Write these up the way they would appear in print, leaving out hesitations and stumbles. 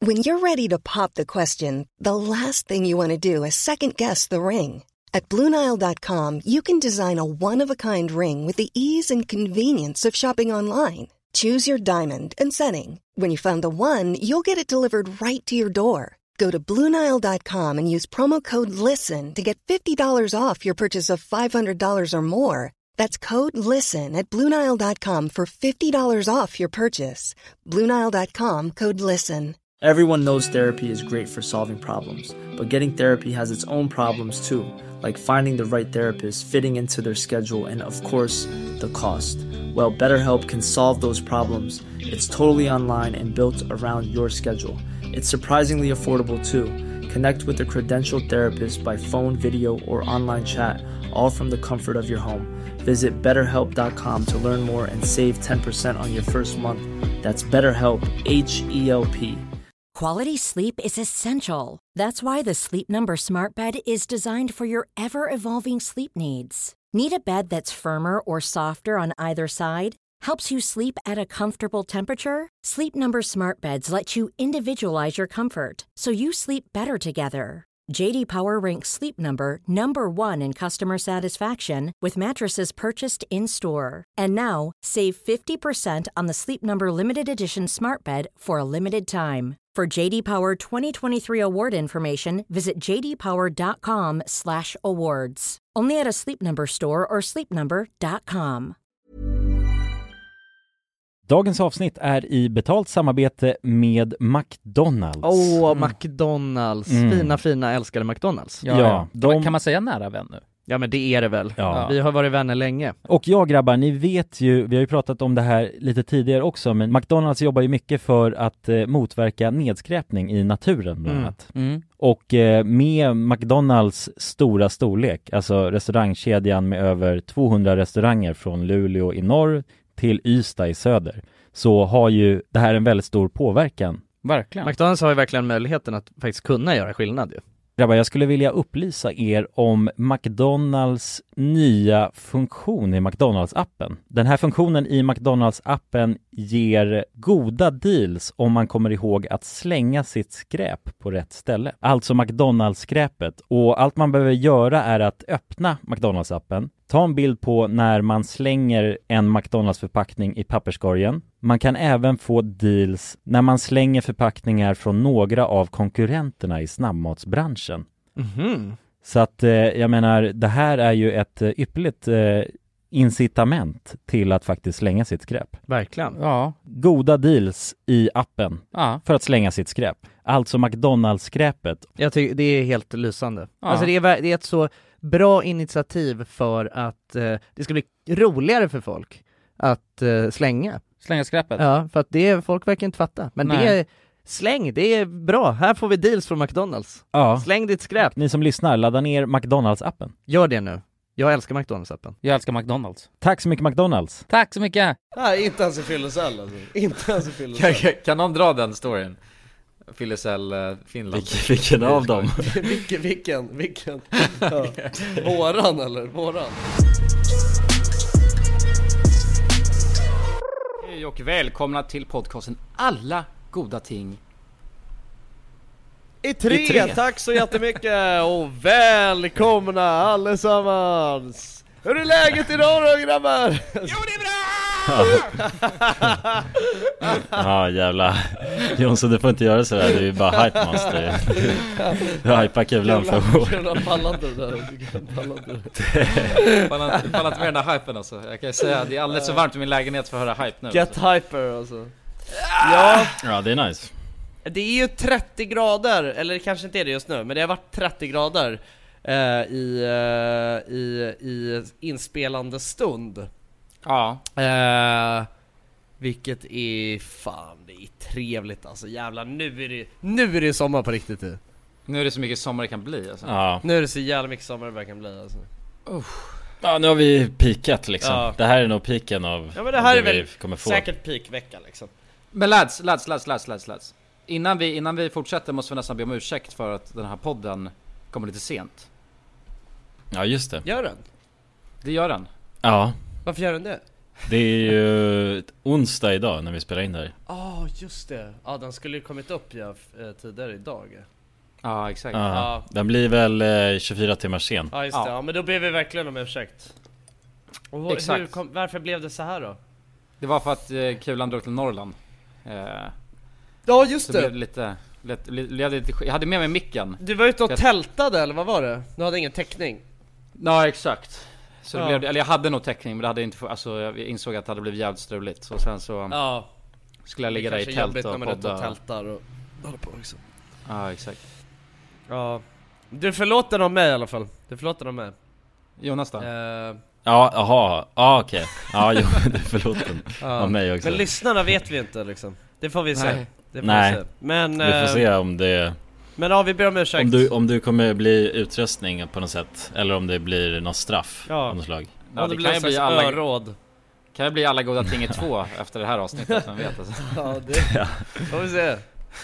When you're ready to pop the question, the last thing you want to do is second-guess the ring. At BlueNile.com, you can design a one-of-a-kind ring with the ease and convenience of shopping online. Choose your diamond and setting. When you find the one, you'll get it delivered right to your door. Go to BlueNile.com and use promo code LISTEN to get $50 off your purchase of $500 or more. That's code LISTEN at BlueNile.com for $50 off your purchase. BlueNile.com, code LISTEN. Everyone knows therapy is great for solving problems, but getting therapy has its own problems too, like finding the right therapist, fitting into their schedule, and of course, the cost. Well, BetterHelp can solve those problems. It's totally online and built around your schedule. It's surprisingly affordable too. Connect with a credentialed therapist by phone, video, or online chat, all from the comfort of your home. Visit BetterHelp.com to learn more and save 10% on your first month. That's BetterHelp, H-E-L-P. Quality sleep is essential. That's why the Sleep Number Smart Bed is designed for your ever-evolving sleep needs. Need a bed that's firmer or softer on either side? Helps you sleep at a comfortable temperature? Sleep Number Smart Beds let you individualize your comfort, so you sleep better together. J.D. Power ranks Sleep Number number one in customer satisfaction with mattresses purchased in-store. And now, save 50% on the Sleep Number Limited Edition Smart Bed for a limited time. For J.D. Power 2023 award information, visit jdpower.com/awards. Only at a Sleep Number store or sleepnumber.com. Dagens avsnitt är i betalt samarbete med McDonalds. McDonalds. Fina, älskade McDonalds. Ja. Kan man säga nära vän nu? Ja, men det är det väl. Ja. Vi har varit vänner länge. Och ja, grabbar, ni vet ju, vi har ju pratat om det här lite tidigare också, men McDonalds jobbar ju mycket för att motverka nedskräpning i naturen bland annat. Och med McDonalds stora storlek, alltså restaurangkedjan med över 200 restauranger från Luleå i norr till Ystad i söder, så har ju det här en väldigt stor påverkan. Verkligen. McDonalds har ju verkligen möjligheten att faktiskt kunna göra skillnad ju. Grabbar, jag skulle vilja upplysa er om McDonalds nya funktion i McDonalds-appen. Den här funktionen i McDonalds-appen ger goda deals om man kommer ihåg att slänga sitt skräp på rätt ställe. Alltså McDonalds-skräpet. Och allt man behöver göra är att öppna McDonalds-appen, ta en bild på när man slänger en McDonalds-förpackning i papperskorgen. Man kan även få deals när man slänger förpackningar från några av konkurrenterna i snabbmatsbranschen. Så att jag menar, det här är ju ett ypperligt incitament till att faktiskt slänga sitt skräp. Verkligen. Ja. Goda deals i appen för att slänga sitt skräp. Alltså McDonalds-skräpet. Jag tycker det är helt lysande. Ja. Alltså det är ett så bra initiativ för att det ska bli roligare för folk att slänga skräpet. Ja, för att folk verkar inte fatta. Men det är släng, det är bra. Här får vi deals från McDonalds. Ja. Släng ditt skräp. Ni som lyssnar, ladda ner McDonalds-appen. Gör det nu. Jag älskar McDonalds-appen. Jag älskar McDonalds. Tack så mycket McDonalds. Tack så mycket. Nej, inte ens i Fyllecell alltså. Inte ens i Fyllecell. Kan någon dra den storyn? Fyllecell, Finland. Vilken av dem? Vilken? Ja. Våran eller? Våran. Hej och välkomna till podcasten Alla goda ting I tre. Tack så jättemycket och välkomna allesammans. Hur är läget idag då, grabbar? Jo, det är bra! Ja, jävla Jonsson, du får inte göra sådär. Du är ju bara hype master. Du hypar kulan för Jag pallar inte med den där hypen alltså. Jag kan ju säga, det är alldeles så varmt i min lägenhet för att höra hype nu. Get hyper alltså. Ja, det är nice. Det är ju 30 grader, eller det kanske inte är det just nu, men det har varit 30 grader i inspelande stund. Ja. Vilket är fan, det är trevligt alltså. Jävlar, nu är det sommar på riktigt. Nu är det så mycket sommar det kan bli alltså. Ja. Nu är det så jävla mycket sommar det kan bli alltså. Ja, nu har vi peakat liksom. Ja. Det här är nog peaken av. Ja, men det här är vi väl kommer få. säkert peakvecka liksom. Men lads. Innan vi fortsätter måste vi nästan be om ursäkt för att den här podden kommer lite sent. Ja, just det. Gör den? Det gör den. Ja. Varför gör den det? Det är ju onsdag idag när vi spelar in där. Ja just det, ja den skulle ju kommit upp tidigare idag. Ja exakt. Ja. Den blir väl 24 timmar sen. Ja just det, ja, men då ber vi verkligen om ursäkt. Och Exakt. Varför blev det så här då? Det var för att kulan drog till Norrland. Ja just så det. blev det jag hade med mig micken. Du var ute och tältade eller vad var det? Du hade ingen täckning. Ja exakt. Så det blev, eller jag hade nog täckning, men det hade inte, alltså jag insåg att det hade blivit jävligt struligt. Så sen så skulle jag ligga där i tält och podda. Tältar och hålla på liksom. Ja exakt. Ja. Du förlåter om mig i alla fall. Du förlåter om mig. Jonas då? Ja, jaha. Ja okej. Ja, jo, du förlåter om mig också. Men lyssnarna vet vi inte liksom. Det får vi se. Nej. Det får vi se. Men vi får se om det. Men ja, vi ber om ursäkt. Om du kommer bli utrustning på något sätt, eller om det blir något straff av något slag. Ja, det kan ju bli öråd. Kan ju bli alla goda ting i 2 efter det här avsnittet, vem vet alltså. Ja, det får vi se.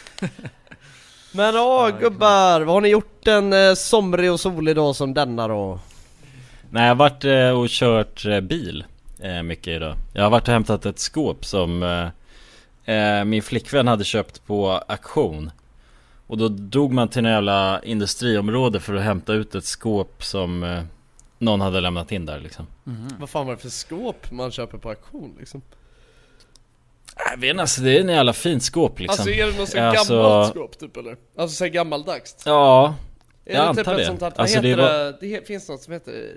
Men gubbar, vad har ni gjort en somrig och solig dag som denna då? Nej, jag har varit och kört bil mycket idag. Jag har varit och hämtat ett skåp som min flickvän hade köpt på auktion. Och då drog man till en jävla industriområde för att hämta ut ett skåp som någon hade lämnat in där liksom. Vad fan var det för skåp man köper på auktion liksom? Jag vet inte, alltså det är en jävla fint skåp liksom. Alltså är det något så gammalt skåp typ eller? Alltså så gammaldags? Ja, är jag det antar typ det. Sånt här, vad alltså heter det? Det finns något som heter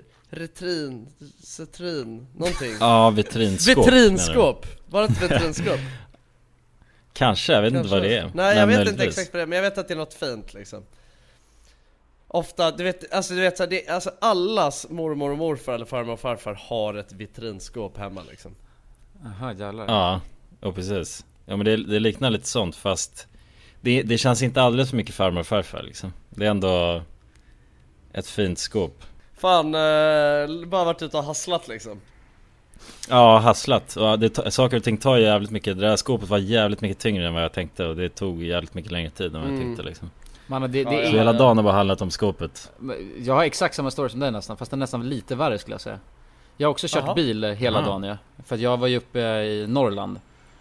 citrin, någonting. Ja, vitrinskåp. Vitrinskåp, var det ett vitrinskåp? Kanske, jag vet inte vad det är. Nej, jag vet inte exakt vad det är, men jag vet att det är något fint liksom. Ofta, du vet så det, alltså allas mormor och morfar eller farmor och farfar har ett vitrinskåp hemma liksom. Aha, jävlar. Ja, precis. Ja, men det liknar lite sånt, fast det känns inte alldeles så mycket farmor och farfar liksom. Det är ändå ett fint skåp. Fan, bara varit ute och hasslat liksom. Ja, hasslat. Och saker och ting tar jävligt mycket. Det där skåpet var jävligt mycket tyngre än vad jag tänkte. Och det tog jävligt mycket längre tid än vad jag tänkte liksom. Man, så hela dagen har bara handlat om skåpet. Jag har exakt samma story som dig nästan, fast det är nästan lite värre skulle jag säga. Jag har också kört bil hela dagen, ja. För att jag var ju uppe i Norrland.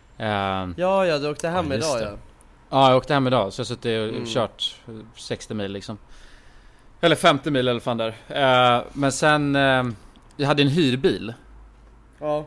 Ja, du åkte hem idag, ja. Ja, jag åkte hem idag. Så jag har suttit och kört 60 mil liksom. Eller 50 mil eller fan där. Men sen, jag hade en hyrbil. Ja.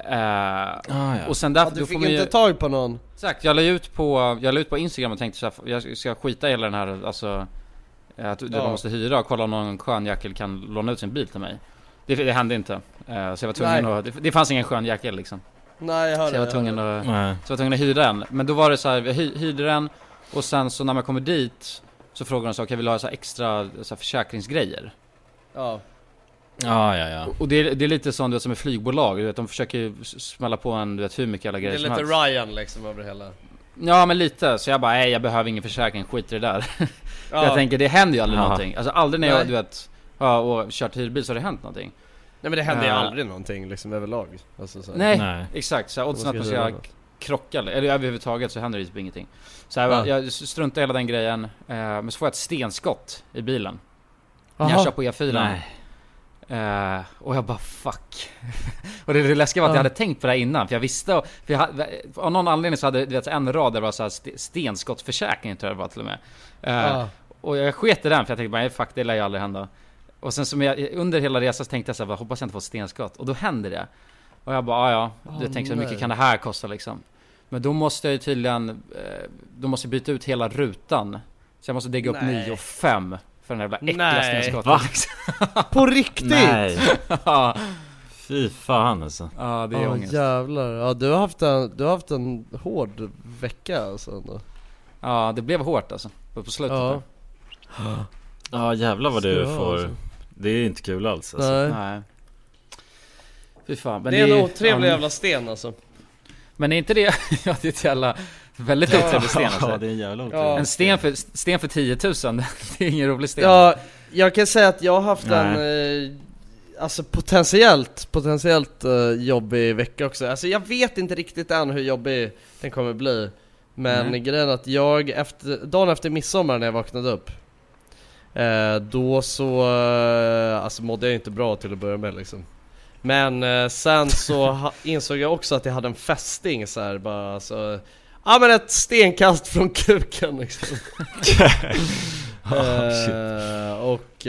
Och sen där, du fick inte tag på någon. Exakt, jag la ut på Instagram och tänkte så här, jag ska skita i hela den här, alltså att de måste hyra och kolla om någon skön jäkel kan låna ut sin bil till mig. Det hände inte. Så jag var tvungen att, det fanns ingen skön jäkel liksom. Nej, jag hörde. Så jag var tvungen att hyra den. Men då var det så här, jag hyrde den. Och sen så när man kommer dit så frågar de så, okej, vill du ha så här extra så här försäkringsgrejer? Ja. Ja. Och det är lite sånt, du vet, som ett flygbolag, du vet, de försöker smälla på en, du vet, hur mycket alla grejer som helst. Det är lite Ryan liksom över hela. Ja, men lite. Så jag bara, nej, jag behöver ingen försäkring, skit i det där. Jag tänker, det händer ju aldrig någonting. Alltså aldrig när jag, du vet, och kört hyrbil så har det hänt någonting. Nej, men det händer ju aldrig någonting liksom överlag. Alltså, så. Nej, exakt. Så oddsen att man ska krocka eller överhuvudtaget så händer det typ ingenting. Så jag struntar hela den grejen. Men så får jag ett stenskott i bilen. När jag kör på E4. Och jag bara fuck. Och det läskiga var att jag hade tänkt på det här innan. För jag visste, av någon anledning så hade det en rad där var så här stenskottförsäkring, tror jag det var till och med. Och jag sket i den för jag tänkte bara, fuck, det lär ju aldrig hända. Och sen som jag under hela resan så tänkte jag så här, hoppas jag inte får stenskott. Och då hände det. Och jag bara, jag tänkte så mycket kan det här kosta liksom. Men då måste jag ju tydligen byta ut hela rutan. Så jag måste digga upp 9 och 5 för den jävla äckliga stenskottet. På riktigt? Nej. Fy fan alltså. Ja, det är ångest. Jävlar. Ja, du har haft en hård vecka alltså ändå. Ja, det blev hårt alltså på slutet. Ja, jävlar vad du får. Alltså. Det är inte kul alls alltså. Nej. Fy fan, men det är en otrevlig jävla sten alltså. Men är inte det ja, det är ett jävla väldigt otrevlig sten alltså. Ja, det är en jävla otrevlig. En sten för 10 000. Det är ingen rolig sten. Ja, jag kan säga att jag har haft en alltså potentiellt jobbig vecka också. Alltså jag vet inte riktigt än hur jobbig den kommer bli. Men grejen är att dagen efter midsommar när jag vaknade upp, då så alltså mådde jag inte bra till att börja med liksom. Men sen så insåg jag också att jag hade en fästing så här, bara alltså Ja men ett stenkast från kuken liksom. Och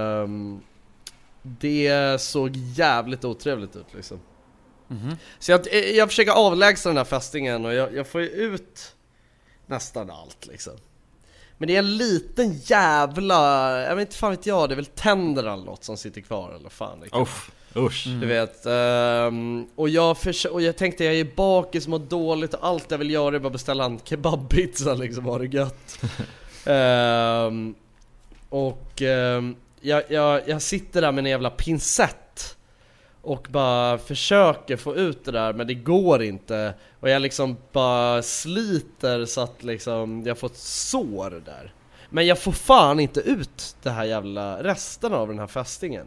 det såg jävligt otrevligt ut liksom. Så jag försöker avlägsna den här fästingen och jag får ju ut nästan allt liksom. Men det är en liten jävla, jag vet inte fan vet jag, det är väl tänder eller något som sitter kvar eller fan liksom. Usch. Du vet, och jag tänkte jag är bakis, mår dåligt och allt jag vill göra är bara beställa en kebabpizza liksom, har det gött. Jag sitter där med en jävla pincett och bara försöker få ut det där, men det går inte. Och jag liksom bara sliter så att liksom jag får ett sår där. Men jag får fan inte ut det här jävla resten av den här fästingen.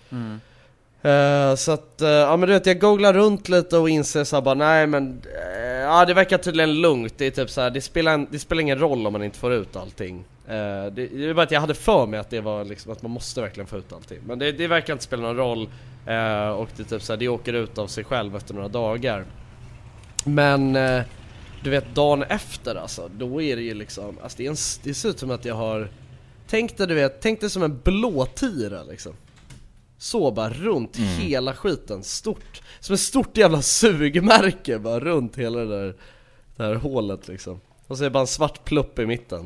Så att, ja men du vet, jag googlar runt lite och inser så här bara, nej men ja, det verkar tydligen lugnt. Det är typ så här, det spelar ingen roll om man inte får ut allting. Det är bara att jag hade för mig att det var liksom att man måste verkligen få ut allting. Men det verkar inte spela någon roll. Och det är typ så här, det åker ut av sig själv efter några dagar. Men du vet, dagen efter alltså, då är det ju liksom, alltså det ser ut som att jag har tänkt det som en blåtira liksom. Så bara runt hela skiten, stort, som ett stort jävla sugmärke bara runt hela det där hålet liksom. Och så är det bara en svart plupp i mitten.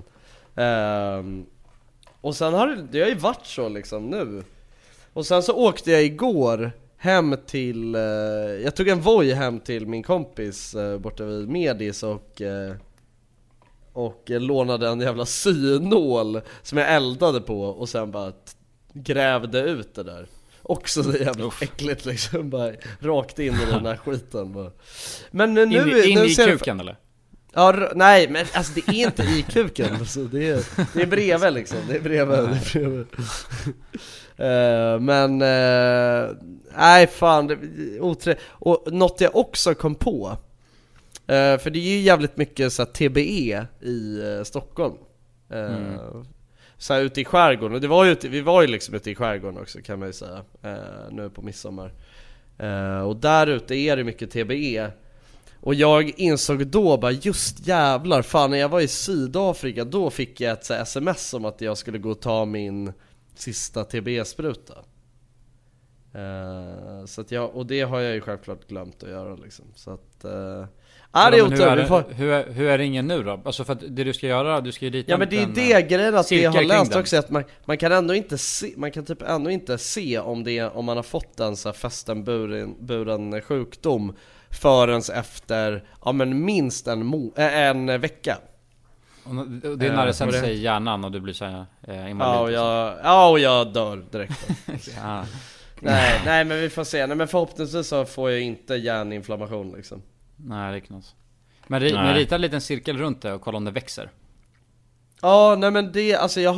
Och sen har det har ju varit så liksom nu. Och sen så åkte jag igår hem till jag tog en Voi hem till min kompis borta vid Medis och lånade en jävla synål som jag eldade på och sen bara grävde ut det där. Också så jävla äckligt liksom, bara rakt in i den här skiten bara. Men nu in i kuken eller? Ja, nej, men alltså det är inte i kuken alltså, det är bredvid liksom, det är bredvid. Men nej fan, det är otrevligt. Och något jag också kom på, för det är ju jävligt mycket så här TBE i Stockholm. Så här ute i skärgården, och vi var ju liksom ute i skärgården också kan man ju säga, nu på midsommar. Och där ute är det mycket TBE. Och jag insåg då bara, just jävlar, fan när jag var i Sydafrika då fick jag ett så här sms om att jag skulle gå och ta min sista TBE-spruta. Så att och det har jag ju självklart glömt att göra liksom. Så att det är otroligt. Hur är ringen nu då? Alltså för att det du ska göra, du ska ju dit. Ja men det är det grejen att jag har läst också, att man kan ändå inte se, man kan typ ändå inte se om man har fått en så här festenburen sjukdom förrän efter men minst en vecka. Och det är när det sätter sig i hjärnan och du blir så här invalid. Och jag dör direkt. Nej men vi får se. Nej, men förhoppningsvis så får jag inte hjärninflammation liksom. Nej, det är knas. Men rita en liten cirkel runt det och kolla om det växer. Ja, nej men det, alltså jag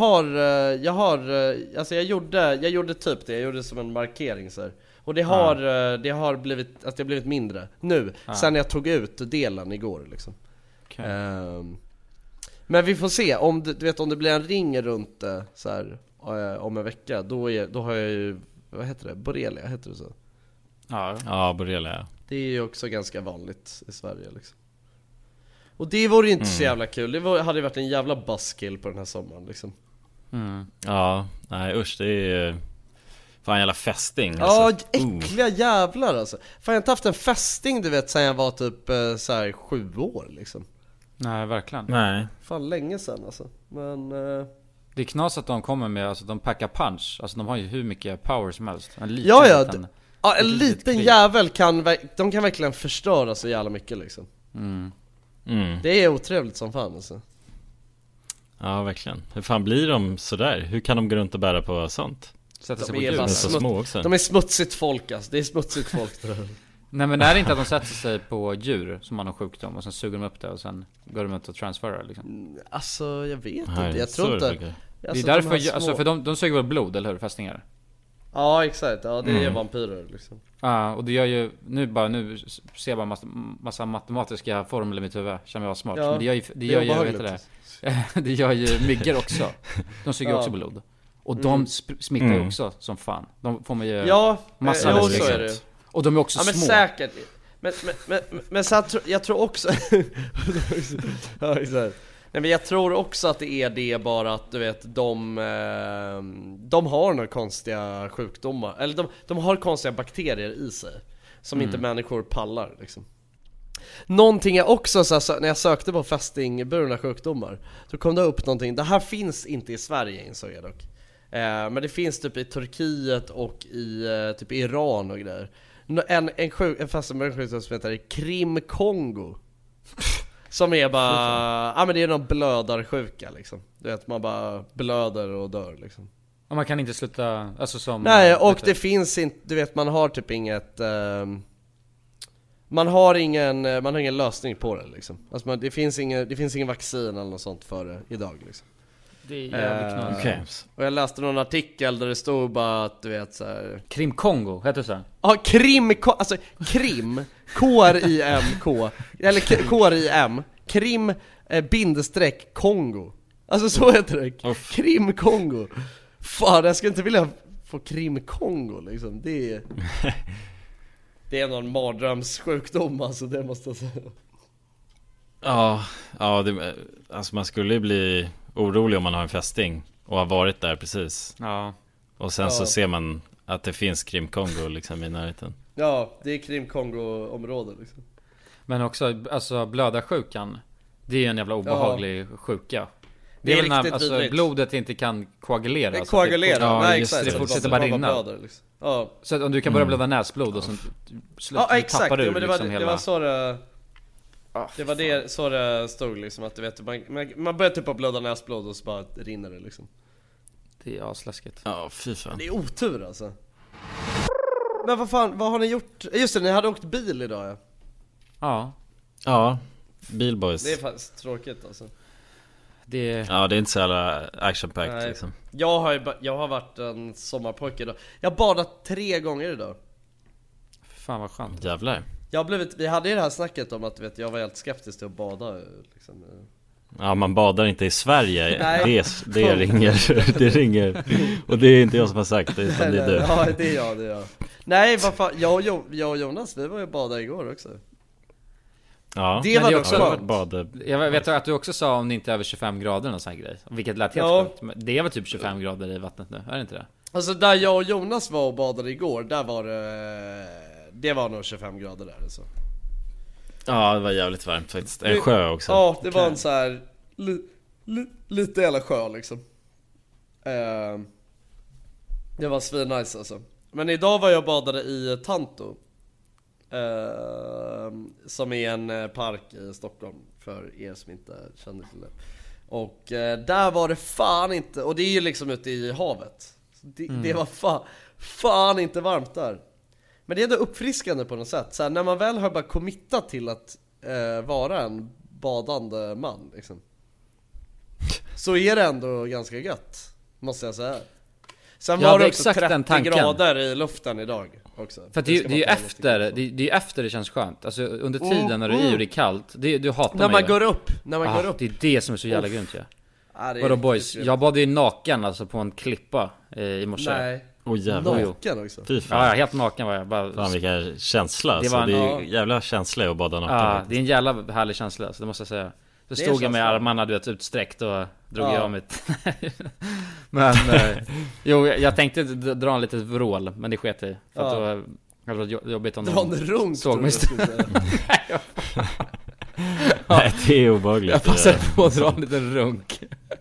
gjorde typ det. Jag gjorde som en markering så här. Och det har blivit mindre nu, sen jag tog ut delen igår liksom. Okay. Men vi får se om det blir en ring runt så här, om en vecka, då har jag ju, vad heter det? Borrelia, heter det så? Ja, borrelia. Det är ju också ganska vanligt i Sverige liksom. Och det vore ju inte så jävla kul. Hade varit en jävla buskill på den här sommaren liksom. Ja, nej usch, det är fan jävla fästing alltså. Ja, äckliga jävlar alltså. Fan, jag har inte haft en fästing, du vet, sen jag var typ så här 7 år liksom. Nej, verkligen. Nej. Fan, länge sen alltså. Men det är knas att de kommer med, alltså de packar punch. Alltså de har ju hur mycket power som helst. En liten jävel kan verkligen förstöra så jävla mycket liksom. Det är otrevligt som fan alltså. Ja, verkligen. Hur fan blir de sådär? Hur kan de gå runt och bära på sånt? De är smutsigt folk alltså. Det är smutsigt folk där. Nej men är det inte att de sätter sig på djur som har någon sjukdom och sen suger de upp det och sen går de ut och transferar liksom? Alltså jag vet inte, jag tror inte det är därför, alltså för de suger väl blod, eller hur? Fästingar. Ja exakt, ja det är vampyrer liksom. Ja, och det gör ju, nu ser jag bara massa matematiska formler i mitt huvud. Känner jag var smart, men det gör ju vet det. Det gör ju myggor också. De suger också blod. Och de smittar ju också som fan. De får man ju massa så är det. Och de är också små. Men säkert. Men så jag tror också ja, exakt. Nej, men jag tror också att det är det bara att du vet de har några konstiga sjukdomar. Eller de har konstiga bakterier i sig som inte människor pallar liksom. Någonting jag också så när jag sökte på fästingburna sjukdomar, så kom det upp någonting. Det här finns inte i Sverige, insåg jag dock. Men det finns typ i Turkiet och i typ Iran och grejer. En fästingburna sjukdom som heter Krim-Kongo. Som är bara, men det är någon blödarsjuka liksom. Du vet, man bara blöder och dör liksom. Och man kan inte sluta, alltså som... Nej, och det finns inte, du vet, man har typ inget... Man har ingen lösning på det liksom. Alltså det finns ingen vaccin eller något sånt för det idag liksom. Det är jävligt knasigt. Okay. Och jag läste någon artikel där det stod bara att du vet så här... Krim-Kongo, heter det så? Ja, alltså Krim K-R-I-M-K eller K-R-I-M Krim bindestreck Kongo. Alltså så heter det. Krim-Kongo. Fan, jag skulle inte vilja få Krim-Kongo liksom. Det är någon mardrömssjukdom, alltså, det måste jag säga. Ja, alltså man skulle ju bli orolig om man har en fästing och har varit där precis. Ja. Och sen så ser man att det finns Krim-Kongo liksom i närheten. Ja, det är Krim-Kongo-område liksom. Men också, alltså blödarsjukan, det är ju en jävla obehaglig sjuka. Det är väl när alltså, blodet inte kan koagulera. Det koagulera, nej exakt. Det fortsätter bara rinna blöder, liksom. Ja. Så om du kan börja blöda näsblod och så exakt, tappar du men det var, liksom hela... det var så det så det stod liksom, att du vet, man börjar typ blöda näsblod och så bara rinner det liksom. Det är asläskigt. Ja, fy fan. Det är otur alltså. Men vad fan, vad har ni gjort? Just det, ni hade åkt bil idag. Ja, bilboys. Det är faktiskt tråkigt alltså. Ja, det är inte så jävla action-packed liksom. Jag har varit en sommarpojke idag. Jag har badat 3 gånger idag. Fan vad skönt. Jävlar. Vi hade ju det här snacket om att jag var helt skeptisk till att bada liksom. Ja, man badar inte i Sverige. Det ringer. Och det är inte jag som har sagt det, utan det är du. Ja, det är jag. Nej, vad fan, jag och Jonas, vi var ju bada igår också. Ja, det var också bad. Jag vet att du också sa om det inte är över 25 grader och sån här grej. Vilket lät helt sjukt. Det är väl typ 25 grader i vattnet nu, är det inte det? Alltså där jag och Jonas var och badade igår, där var det var nog 25 grader där alltså. Ja, det var jävligt varmt faktiskt. En sjö också. Ja, det var en så här lite jävla sjö liksom. Det var svinnice alltså. Men idag var jag badade i Tanto. Som är en park i Stockholm, för er som inte känner till det. Och där var det fan inte, och det är ju liksom ute i havet. Det var fan inte varmt där. Men det är ändå uppfriskande på något sätt. Så här, när man väl har bara committat till att vara en badande man liksom, så är det ändå ganska gött, måste jag säga. Sen var det också 30 grader i luften idag också. För det är ju efter, det är efter det känns skönt. Alltså under tiden när du är i och det är kallt, du hatar när man går upp. När man går upp. Det är det som är så jävla grymt, Vadå boys, jag badade ju naken alltså på en klippa i morse. Nej. Naken också. Fy fan. Ja, helt naken var jag bara. Fan, vilken känsla. Det är jävla känsla att bada naken. Ja, det är en jävla härlig känsla, så det måste jag säga. Så stod jag med armarna, du vet, utsträckt och drog jag av mitt. Men jo, jag tänkte dra en litet vrål, men det sket i. För att då hade det varit jobbigt om någon såg mig. Nej, det är obehagligt. Jag passade på att dra en liten runk.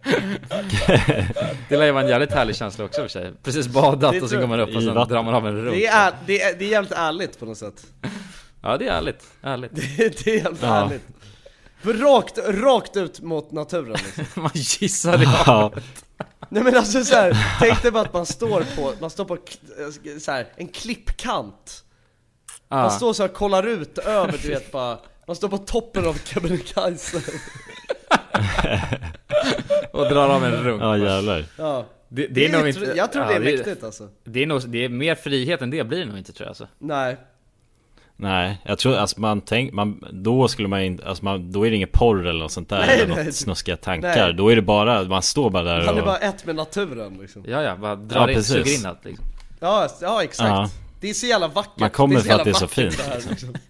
Det lär ju vara en jävligt härlig känsla också för sig. Precis badat och så går man upp och sen drar man av en runk. Det är jävligt ärligt på något sätt. Ja, det är ärligt. Det är helt ärligt. Rakt ut mot naturen liksom. Man gissar i havet. Nej men alltså så här, tänk dig bara att man står på så här, en klippkant. Man står så här, kollar ut över, du vet, bara, man står på toppen av Kebnekaise och drar av en runk. Ja, jävlar. Ja. Det är nog inte, jag tror det är mäktigt alltså. Det är mer frihet än det blir nog inte, tror jag alltså. Nej, jag tror alltså då skulle man inte, alltså då är det ingen porr eller något sånt där, eller något snuskiga tankar. Nej. Då är det bara, man står bara där. Man är bara ett med naturen liksom. Ja, bara drar in, suger in allt liksom. Ja, exakt. Det är så jävla vackert. Man kommer för att det är så fint liksom.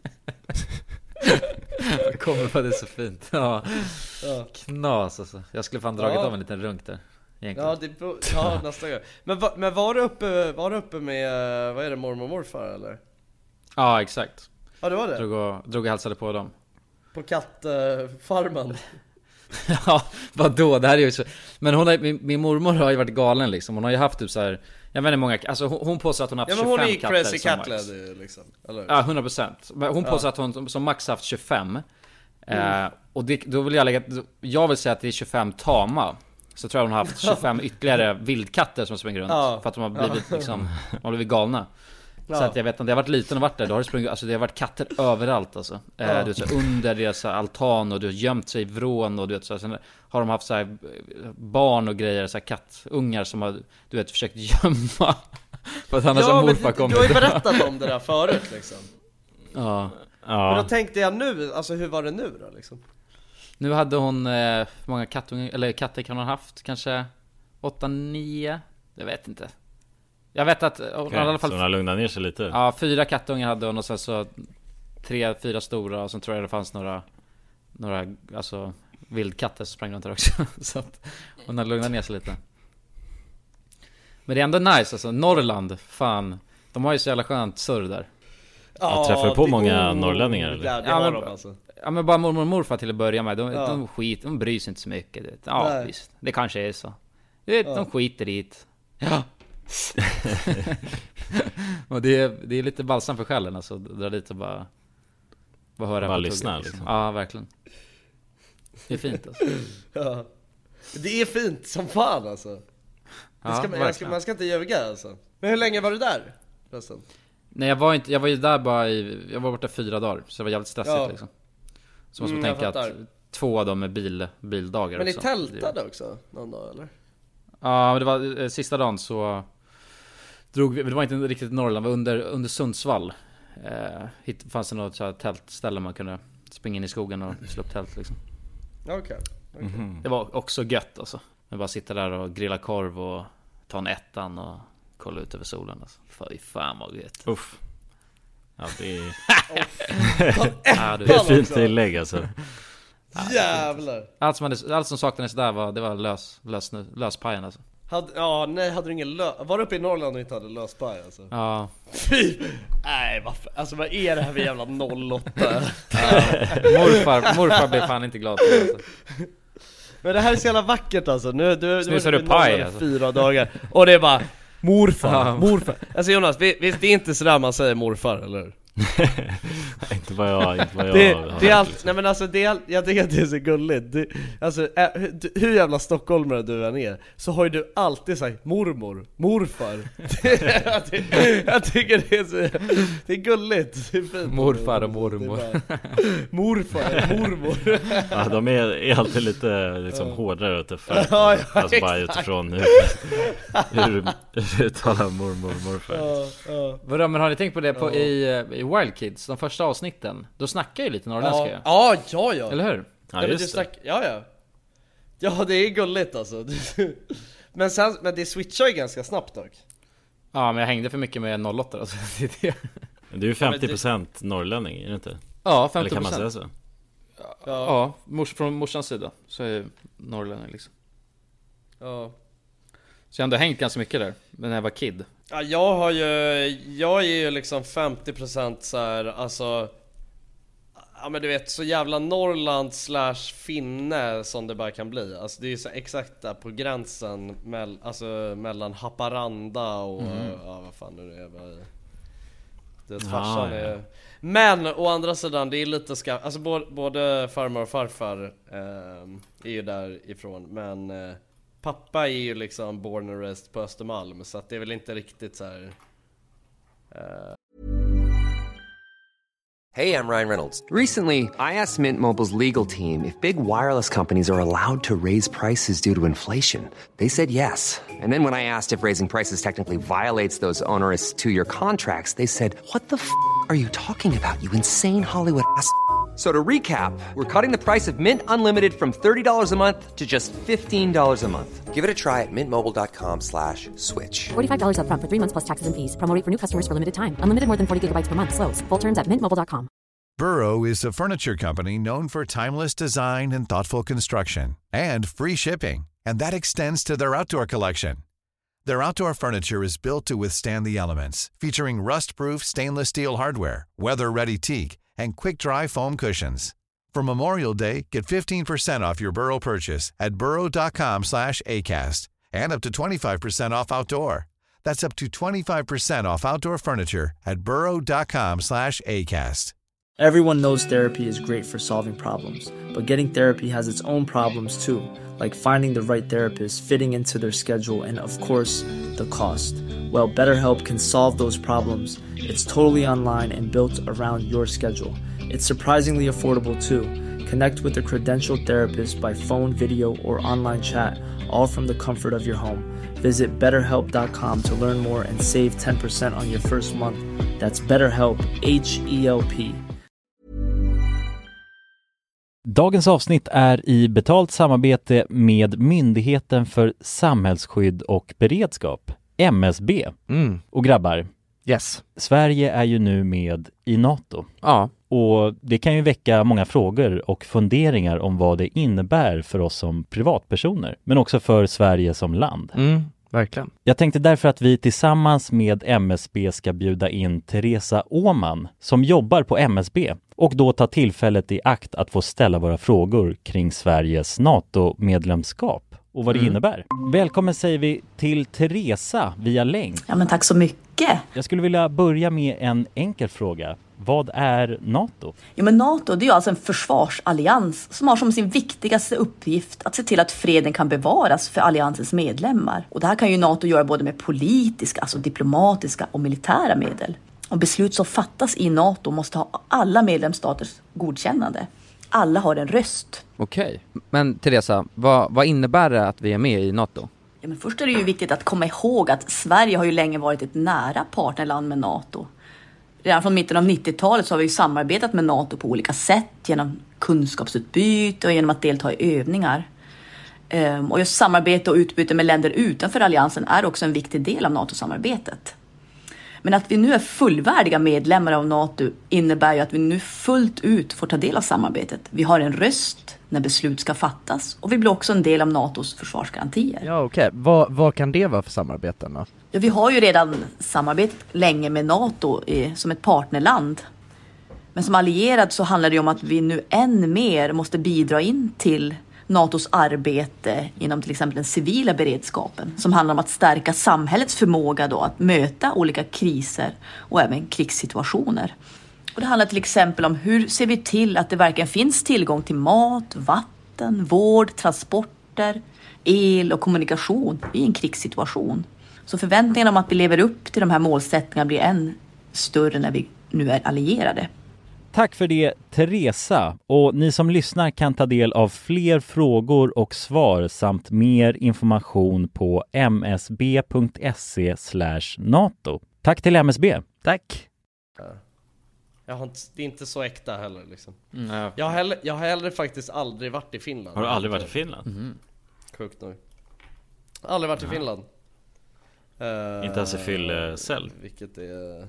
Det kommer på det så fint. Ja. Knas alltså. Jag skulle fan dragit av en liten runk där. Egentligen. Ja, nästa gång. Men var du uppe med, vad är det, mormor och morfar eller? Ja, exakt. Ja, det var det. Drog och hälsade på dem. På kattfarmen. Ja, vadå? Det här är ju så... Men min mormor har ju varit galen liksom. Hon har ju haft typ så här, jag vet inte många, alltså hon påstår att hon har haft 25 katter. Ja, men hon är crazy cat lady liksom, eller? Ja, 100%. Men hon påstår att hon som max haft 25. Och då vill jag vill säga att det är 25 tama. Så tror jag hon har haft 25 ytterligare vildkatter som springer runt. För att de har blivit liksom, de har blivit galna. Så att jag vet inte, det har varit liten och varit där. Då har det sprungit, alltså det har varit katter överallt alltså. Du vet, så under deras altan, och du har gömt sig i vrån, och du vet så. Sen har de haft så här barn och grejer, så här kattungar som har, du vet, försökt gömma. För att annars morfar kommer. Du har ju berättat om det där förut liksom. Ja. Men då tänkte jag nu, alltså hur var det nu då liksom? Nu hade hon många kattungar, eller katter kan hon ha haft, kanske 8-9, jag vet inte. Jag vet att hon i alla fall, så hon har lugnat ner sig lite. Ja, 4 kattungar hade hon, och sen så 3-4 stora, och sen tror jag det fanns några alltså vildkatter som sprang runt där också. Så att hon har lugnat ner sig lite. Men det är ändå nice alltså, Norrland, fan, de har ju så jävla skönt surr där. Jag träffar på många norrlänningar eller? Ja, men bara mormor och morfar till att börja med. De bryr sig inte så mycket, du vet. Ja, visst, det kanske är så. Du vet, de skiter dit. Ja. Och det är lite balsam för själen alltså, dra dit och bara höra bara lyssna liksom. Ja, verkligen. Det är fint alltså. Ja. Det är fint som fan alltså. Man ska inte ljuga alltså. Men hur länge var du där förresten? Nej, jag var ju där bara jag var borta 4 dagar, så det var jävligt stressigt liksom. Så måste man tänka att 2 av dem är bildagar. Men ni tältade också någon dag eller? Ja, men det var sista dagen så drog vi, det var inte riktigt Norrland, det var under Sundsvall. Fanns det något så här tältställe man kunde springa in i skogen och slå upp tält liksom. Okej. Det var också gött alltså. Men bara sitta där och grilla korv och ta en ettan och kolla ut över solen alltså. Fy fan vad gött. Uff. Ja, det är det är ett fint tillägg alltså. Jävlar. Allt som saknades där det var löspajen alltså. Hade du ingen var du uppe i Norrland och inte hade löspaj alltså? Ja. Fy. Nej, varför? Alltså vad är det här för jävla 08? Morfar blev fan inte glad för det alltså. Men det här är så jävla vackert alltså. Nu snusar du paj alltså. 4 dagar. Och det är bara morfar. Alltså Jonas, visst det är inte sådär man säger morfar, eller? Inte vad jag det är allt, nej men alltså jag tycker att det är så gulligt. Alltså hur jävla stockholmare du än är, så har ju du alltid sagt morfar. Jag tycker det är gulligt. Det är fint. Morfar och mormor. Mormor. Ja, de är alltid lite liksom hårdare och tuffare. Alltså bara utifrån hur du talar mormor och morfar. Men har ni tänkt på det i Wild Kids, de första avsnitten? Då snackar ju lite norrländska. Ja. Eller hur? Ja, just det. Ja, det är gulligt alltså. Men det switchar ju ganska snabbt dock. Ja, men jag hängde för mycket med 08 alltså. Du är 50% norrlänning, är det inte? Ja, 50%. Eller kan man säga så? Ja, från morsans sida så är jag norrlänning liksom. Ja. Så jag har ändå hängt ganska mycket där när jag var kid. Ja, jag är ju liksom 50% så här, alltså. Ja, men du vet, så jävla Norrland / finne som det bara kan bli. Alltså det är ju så exakt där på gränsen mellan Haparanda och ja, vad fan nu är det. Det farsan är. Men å andra sidan, det är lite alltså både farmor och farfar är ju därifrån, men pappa är ju liksom born and raised på Östermalm, så att det är väl inte riktigt så här. Hey, I'm Ryan Reynolds. Recently, I asked Mint Mobile's legal team if big wireless companies are allowed to raise prices due to inflation. They said yes. And then when I asked if raising prices technically violates those onerous 2-year contracts, they said, "What the f*** are you talking about, you insane Hollywood ass?" So to recap, we're cutting the price of Mint Unlimited from $30 a month to just $15 a month. Give it a try at mintmobile.com/switch. $45 up front for 3 months plus taxes and fees. Promo rate for new customers for limited time. Unlimited more than 40 gigabytes per month slows. Full terms at mintmobile.com. Burrow is a furniture company known for timeless design and thoughtful construction, and free shipping, and that extends to their outdoor collection. Their outdoor furniture is built to withstand the elements, featuring rust-proof stainless steel hardware, weather-ready teak, and quick-dry foam cushions. For Memorial Day, get 15% off your Burrow purchase at burrow.com/acast, and up to 25% off outdoor. That's up to 25% off outdoor furniture at burrow.com/acast. Everyone knows therapy is great for solving problems, but getting therapy has its own problems too, like finding the right therapist, fitting into their schedule, and of course, the cost. Well, BetterHelp can solve those problems. It's totally online and built around your schedule. It's surprisingly affordable too. Connect with a credentialed therapist by phone, video, or online chat, all from the comfort of your home. Visit BetterHelp.com to learn more and save 10% on your first month. That's BetterHelp, H-E-L-P. Dagens avsnitt är i betalt samarbete med Myndigheten för samhällsskydd och beredskap, MSB. Och grabbar, yes. Sverige är ju nu med i NATO. Ja. Och det kan ju väcka många frågor och funderingar om vad det innebär för oss som privatpersoner, men också för Sverige som land. Verkligen. Jag tänkte därför att vi tillsammans med MSB ska bjuda in Teresa Åman som jobbar på MSB och då ta tillfället i akt att få ställa våra frågor kring Sveriges NATO-medlemskap och vad det innebär. Välkommen säger vi till Teresa via länk. Ja, men tack så mycket. Jag skulle vilja börja med en enkel fråga. Vad är NATO? Ja, men NATO, det är ju alltså en försvarsallians som har som sin viktigaste uppgift att se till att freden kan bevaras för alliansens medlemmar. Och det här kan ju NATO göra både med politiska, alltså diplomatiska och militära medel. Och beslut som fattas i NATO måste ha alla medlemsstaters godkännande. Alla har en röst. Okej. Men Teresa, vad innebär det att vi är med i NATO? Ja, men först är det ju viktigt att komma ihåg att Sverige har ju länge varit ett nära partnerland med NATO. Redan från mitten av 90-talet så har vi samarbetat med NATO på olika sätt genom kunskapsutbyte och genom att delta i övningar. Och just samarbete och utbyte med länder utanför alliansen är också en viktig del av NATO-samarbetet. Men att vi nu är fullvärdiga medlemmar av NATO innebär ju att vi nu fullt ut får ta del av samarbetet. Vi har en röst när beslut ska fattas och vi blir också en del av NATOs försvarsgarantier. Ja, okej. Vad kan det vara för samarbeten då? Ja, vi har ju redan samarbetat länge med NATO som ett partnerland. Men som allierad så handlar det om att vi nu än mer måste bidra in till NATOs arbete inom till exempel den civila beredskapen som handlar om att stärka samhällets förmåga då att möta olika kriser och även krigssituationer. Och det handlar till exempel om hur ser vi till att det verkligen finns tillgång till mat, vatten, vård, transporter, el och kommunikation i en krigssituation. Så förväntningarna om att vi lever upp till de här målsättningarna blir än större när vi nu är allierade. Tack för det, Teresa. Och ni som lyssnar kan ta del av fler frågor och svar samt mer information på msb.se/NATO. Tack till MSB. Tack. Det är inte så äkta heller liksom. Ja. Jag har heller faktiskt aldrig varit i Finland. Har du aldrig varit i Finland? Sjukt nog. Aldrig varit i Finland. Inte ens i fyllecell. Vilket är...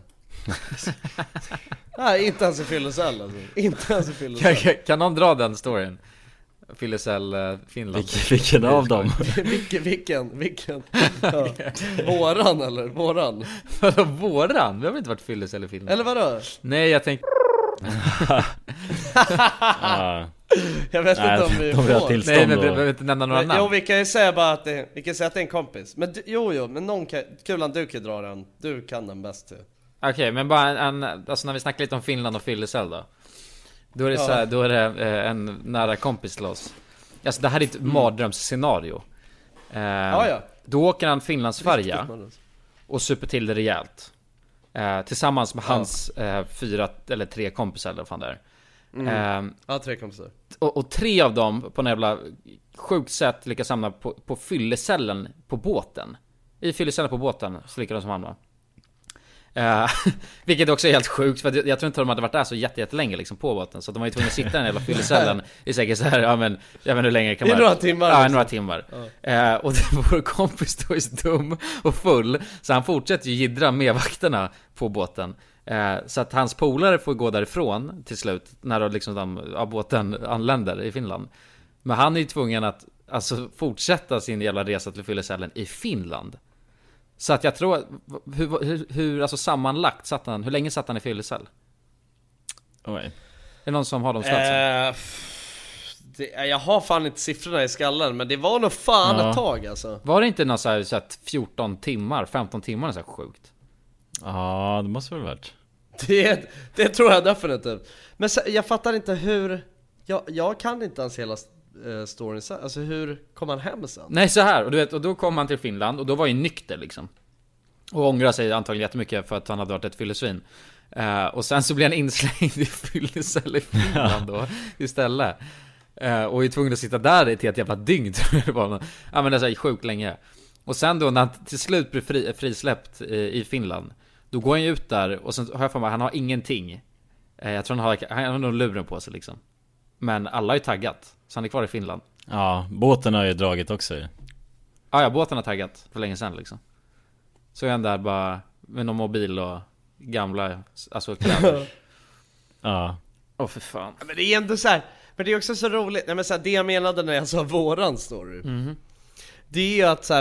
Nej, inte ens i fyllecell alltså. Inte ens i fyllecell. Kan någon dra den storyn? Fyllecell Finland. Vilken av dem? Vilken? Ja. Våran eller? Våran? Vadå våran? Vi har väl inte varit fyllecell i Finland? Eller vadå? Nej, jag tänkte... Jag vet inte om vi får. Nej, men vi behöver inte nämna några namn. Jo, vi kan ju säga bara att det är en kompis. Men men någon kan... Kulan, du kan dra den. Du kan den bäst. Okej, men bara alltså när vi snackar lite om Finland och fyllecell då är det så här, då är det en nära kompis till oss. Alltså det här är ett mardrömsscenario. Då åker han Finlandsfärja och super till det rejält. Tillsammans med hans 4 eller 3 kompisar eller vad fan det är. 3 kompisar. Och 3 av dem på en jävla sjukt sätt lyckas hamna på fyllecellen på båten. I fyllecellen på båten så lyckas de som hamna. Vilket också är helt sjukt, för jag tror inte de hade varit där så jättelänge liksom på båten, så de var ju tvungna att sitta i den jävla fyllecellen i säkert så här, jag vet hur länge kan man... några timmar. Ja, några timmar. Och vår kompis då är så dum och full så han fortsätter ju jiddra med vakterna på båten. Så att hans polare får gå därifrån till slut när då liksom båten anländer i Finland. Men han är ju tvungen att alltså fortsätta sin jävla resa till fyllecellen i Finland. Så att jag tror hur alltså sammanlagt satt han, hur länge satt han i fyllecell? Oj. Är det någon som har de statsen? Jag har fan inte siffrorna i skallen, men det var nog fan ett tag alltså. Var det inte någon så här 14 timmar, 15 timmar så här sjukt? Ja, det måste väl varit. Det tror jag definitivt. Men så, jag fattar inte hur jag kan inte ens hela storyn. Alltså hur kom han hem sen? Nej, så här, och du vet, och då kom han till Finland och då var ju nykter liksom. Och ångrar sig antagligen jättemycket för att han hade varit ett fyllesvin. Och sen så blev han inslängd i fyllecell i Finland då istället. Och är tvungen att sitta där i ett jävla dygn, tror jag det var. Ja, men det är så här sjukt länge. Och sen då när han till slut blir frisläppt i Finland, då går han ju ut där och sen har jag för mig, han har ingenting. Jag tror han har nog luren på sig liksom. Men alla är taggat, så han är kvar i Finland. Ja, båten har ju dragit också. Ja, båten har taggat för länge sedan liksom. Så är han där bara med någon mobil och gamla, alltså kläder. Ja. För fan. Men det är ändå så här, men det är också så roligt. Nej, men så här, det jag menade när jag sa våran story, det är ju att så här,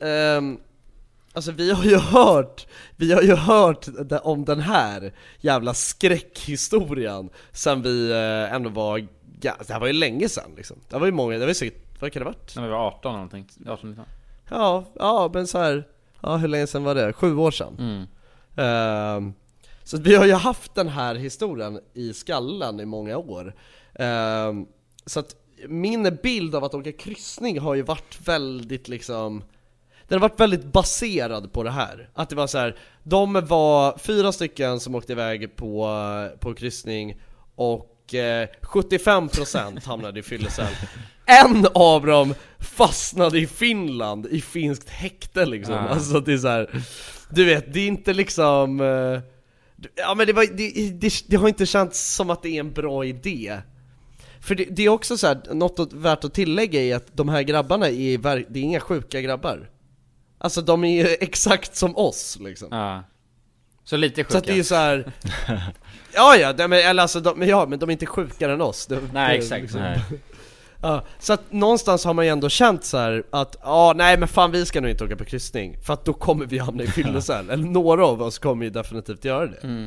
vi har ju hört om den här jävla skräckhistorien sen vi ändå var, det här var ju länge sedan liksom. Det var ju många, det var ju, vad kan det varit? När vi var 18 någonting, 18-19. Ja, men så här, hur länge sedan var det? 7 år sedan. Så vi har ju haft den här historien i skallen i många år. Så att min bild av att åka kryssning har ju varit väldigt liksom, den har varit väldigt baserad på det här. Att det var så här, de var 4 stycken som åkte iväg på kryssning och 75% hamnade i fyllecell. En av dem fastnade i Finland, i finskt häkte liksom. Alltså det är så här, du vet, det är inte liksom ja, men det har inte känts som att det är en bra idé. För det är också så här, något värt att tillägga är att de här grabbarna det är inga sjuka grabbar. Alltså de är ju exakt som oss liksom. Ja. Så lite sjuka. Så att det är ju så här. Men de är inte sjukare än oss. Nej, exakt liksom. Nej. Ja, så att någonstans har man ju ändå känt så här att nej men fan, vi ska nog inte åka på kryssning, för att då kommer vi hamna i fyllecell. Eller några av oss kommer ju definitivt göra det.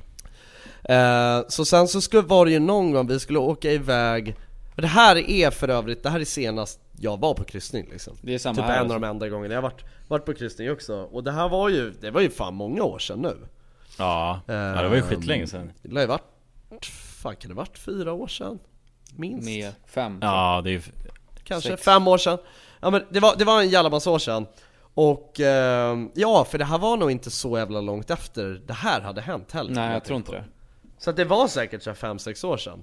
Så sen så var det ju någon gång vi skulle åka iväg. Och det här är för övrigt, det här är senast jag var på kryssning liksom. Det är samma typ här, en av de enda gångerna jag varit på kryssning också. Och det här var ju fan många år sedan nu. Ja, det var ju skitlänge sedan. Det har ju varit, fan kan det varit 4 år sedan? Minst. Med 5. Ja, det är ju kanske 5 år sedan. Ja, men det var en jävla massa år sedan. Och för det här var nog inte så jävla långt efter det här hade hänt heller. Nej, jag tror inte det. Så att det var säkert så 5-6 år sedan.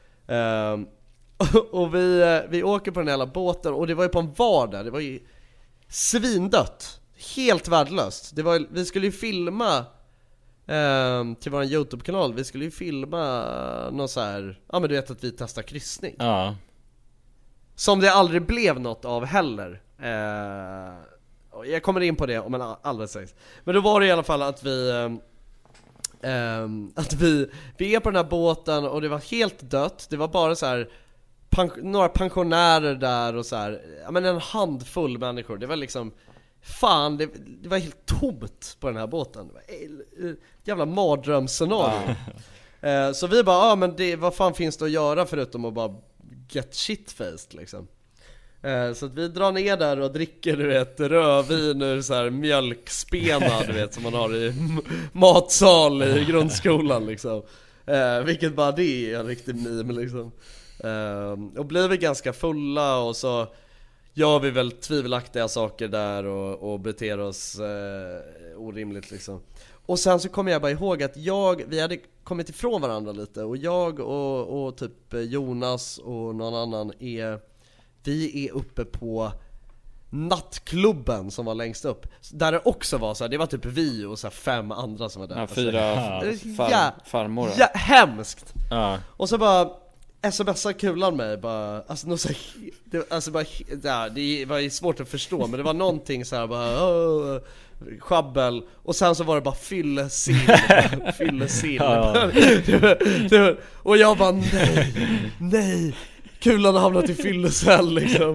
Och vi åker på den jävla båten. Och det var ju på en vardag. Det var ju svindött. Helt värdelöst. Vi skulle ju filma till vår YouTube-kanal. Vi skulle ju filma någon så här, ja men du vet att vi testar kryssning. Ja. Som det aldrig blev något av heller. Jag kommer in på det om en alldeles strax. Men då var det i alla fall att vi är på den här båten och det var helt dött. Det var bara så här några pensionärer där och så här, ja men en handfull människor. Det var liksom fan, det var helt tomt på den här båten. Det var jävla mardrömsscenario. Så vi bara, men vad fan finns det att göra förutom att bara get shit-faced liksom. Så att vi drar ner där och dricker, du vet, rödvin ur så här mjölkspena, du vet, som man har i matsal i grundskolan liksom. Vilket bara det är en riktig meme liksom. Och blir vi ganska fulla och så gör vi väl tvivelaktiga saker där och beter oss orimligt liksom. Och sen så kommer jag bara ihåg att vi hade kommit ifrån varandra lite. Och jag och typ Jonas och någon annan vi är uppe på nattklubben som var längst upp. Där det också var så här, det var typ vi och så här 5 andra som var där. Ja, 4 farmor. Hemskt. Och så bara smsar Kulan mig bara, alltså något så här, det var ju svårt att förstå, men det var någonting så här bara schabbel, och sen så var det bara fyllesill. Och jag bara nej, Kulan har hamnat i fyllecell liksom.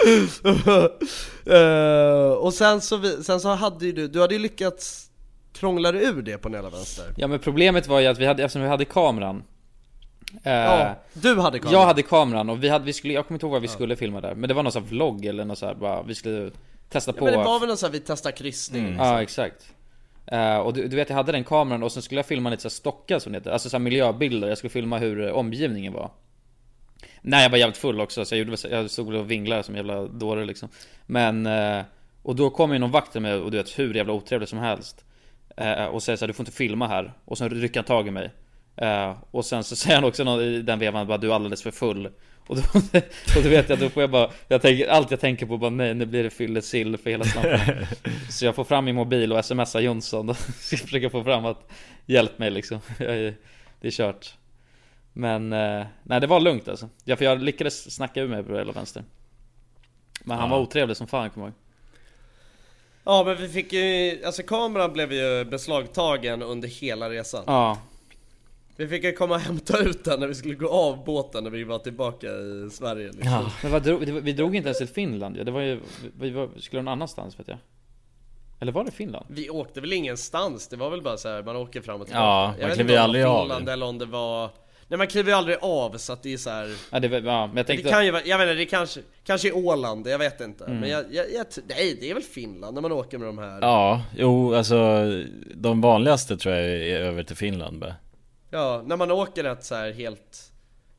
Och sen så hade ju du hade ju lyckats krångla dig ur det på Nela Vänster. Ja, men problemet var ju att eftersom vi hade kameran. Du hade kameran. Jag hade kameran och vi skulle, jag kommer inte ihåg vad vi skulle filma där, men det var någon sån här vlogg eller något så här, bara vi skulle testa på. Men det var väl någon så här, vi testar kryssning. Ja, exakt. Och du vet, jag hade den kameran och sen skulle jag filma lite så här stockar som det heter, alltså så här miljöbilder. Jag skulle filma hur omgivningen var. Nej, jag var jävligt full också, så jag stod och vinglade som jävla dåre liksom. Men och då kom ju någon vakt med, och du vet, hur jävla otrevlig som helst, och säger så här, du får inte filma här. Och sen rycker han tag i mig. Och sen så säger han också något i den vevan, bara, du är alldeles för full. Och då vet jag, då får jag bara, jag tänker på bara, nej, nu blir det fyllesill för hela slanten. Så jag får fram min mobil och smsar Jonsson och försöker få fram att hjälp mig liksom. Det är kört. Men nej, det var lugnt alltså. För jag lyckades snacka ur mig på hela vänster. Men han var otrevlig som fan, kommer jag ihåg. Ja, men vi fick ju, alltså kameran blev ju beslagtagen under hela resan. Ja. Vi fick ju komma och hämta ut den när vi skulle gå av båten när vi var tillbaka i Sverige liksom. Ja. Men vi drog inte ens till Finland, ja. Det var ju, vi skulle någon annanstans, vet jag. Eller var det Finland? Vi åkte väl ingenstans, det var väl bara så här, man åker fram och tillbaka. Ja, man kliver ju aldrig av. Finland eller om det var... Nej, man kliver ju aldrig av, så att det är så här... Ja, men jag tänkte... Det kan ju, jag vet inte, det kanske är Åland, jag vet inte. Men nej, det är väl Finland när man åker med de här. Ja, jo, alltså de vanligaste tror jag är över till Finland bara. Ja, när man åker ett så här helt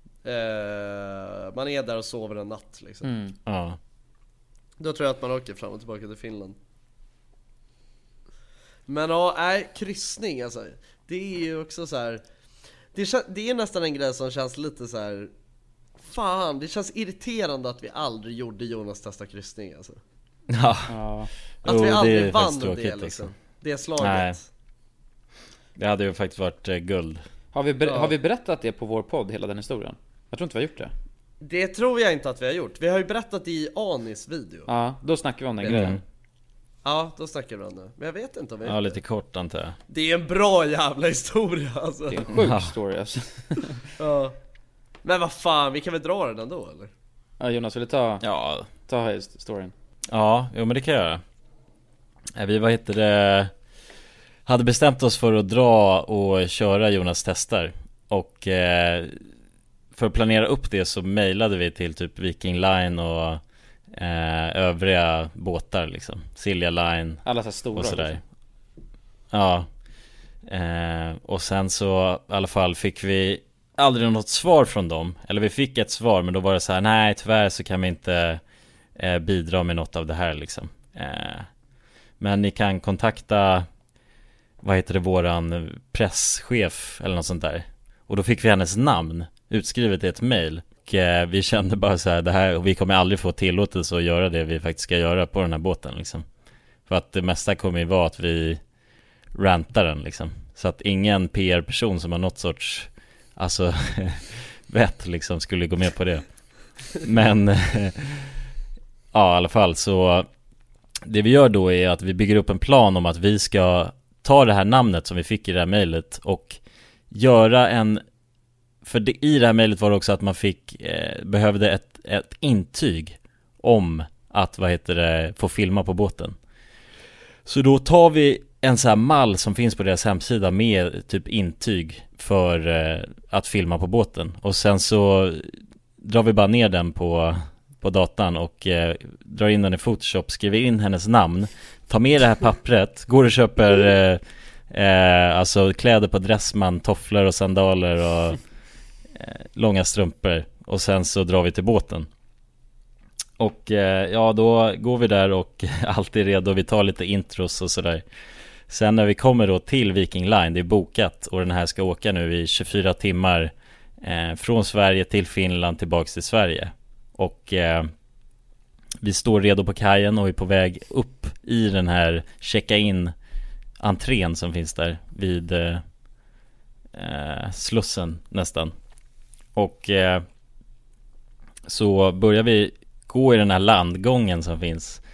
man är där och sover en natt liksom. Ja. Då tror jag att man åker fram och tillbaka till Finland. Men ja, kryssning alltså. Det är ju också så här. Det är nästan en grej som känns lite så här. Fan, det känns irriterande att vi aldrig gjorde Jonas testa kryssning alltså. Ja. Att vi aldrig det vann det liksom. Alltså. Det slaget. Nej. Det hade ju faktiskt varit guld. Har vi berättat det på vår podd, hela den historien? Jag tror inte vi har gjort det. Det tror jag inte att vi har gjort. Vi har ju berättat i Anis video. Ja, då snackar vi om den grejen. Ja, då snackar vi om det. Men jag vet inte om vi... Ja, lite kort antar jag. Det är en bra jävla historia alltså. Det är en sjuk story alltså. Ja. Men vad fan, vi kan väl dra den ändå eller? Ja, Jonas, vill du ta storyn? Ja, men det kan jag göra. Vi hade bestämt oss för att dra och köra Jonas testar. Och för att planera upp det så mejlade vi till typ Viking Line och övriga båtar liksom, Silja Line, alla så stora och sådär. Ja. Och sen så i alla fall fick vi aldrig något svar från dem. Eller vi fick ett svar, men då var det så här: nej, tyvärr så kan vi inte bidra med något av det här liksom. Men ni kan kontakta, våran presschef eller något sånt där. Och då fick vi hennes namn utskrivet i ett mejl. Och vi kände bara så här, det här, och vi kommer aldrig få tillåtelse att göra det vi faktiskt ska göra på den här båten liksom. För att det mesta kommer ju vara att vi rantar den liksom. Så att ingen PR-person som har något sorts vett liksom skulle gå med på det. Men ja, i alla fall så det vi gör då är att vi bygger upp en plan om att vi ska ta det här namnet som vi fick i det här mejlet och göra en... För i det här mejlet var det också att man behövde ett intyg om att få filma på båten. Så då tar vi en sån här mall som finns på deras hemsida med typ intyg för att filma på båten. Och sen så drar vi bara ner den på datan och drar in den i Photoshop, skriver in hennes namn, tar med det här pappret, går och köper kläder på Dressman, tofflor och sandaler och långa strumpor, och sen så drar vi till båten. Och då går vi där och allt är redo, vi tar lite intros och sådär. Sen när vi kommer då till Viking Line, det är bokat och den här ska åka nu i 24 timmar från Sverige till Finland tillbaks till Sverige. Och vi står redo på kajen och är på väg upp i den här checka-in entrén som finns där vid Slussen nästan. Och så börjar vi gå i den här landgången som finns.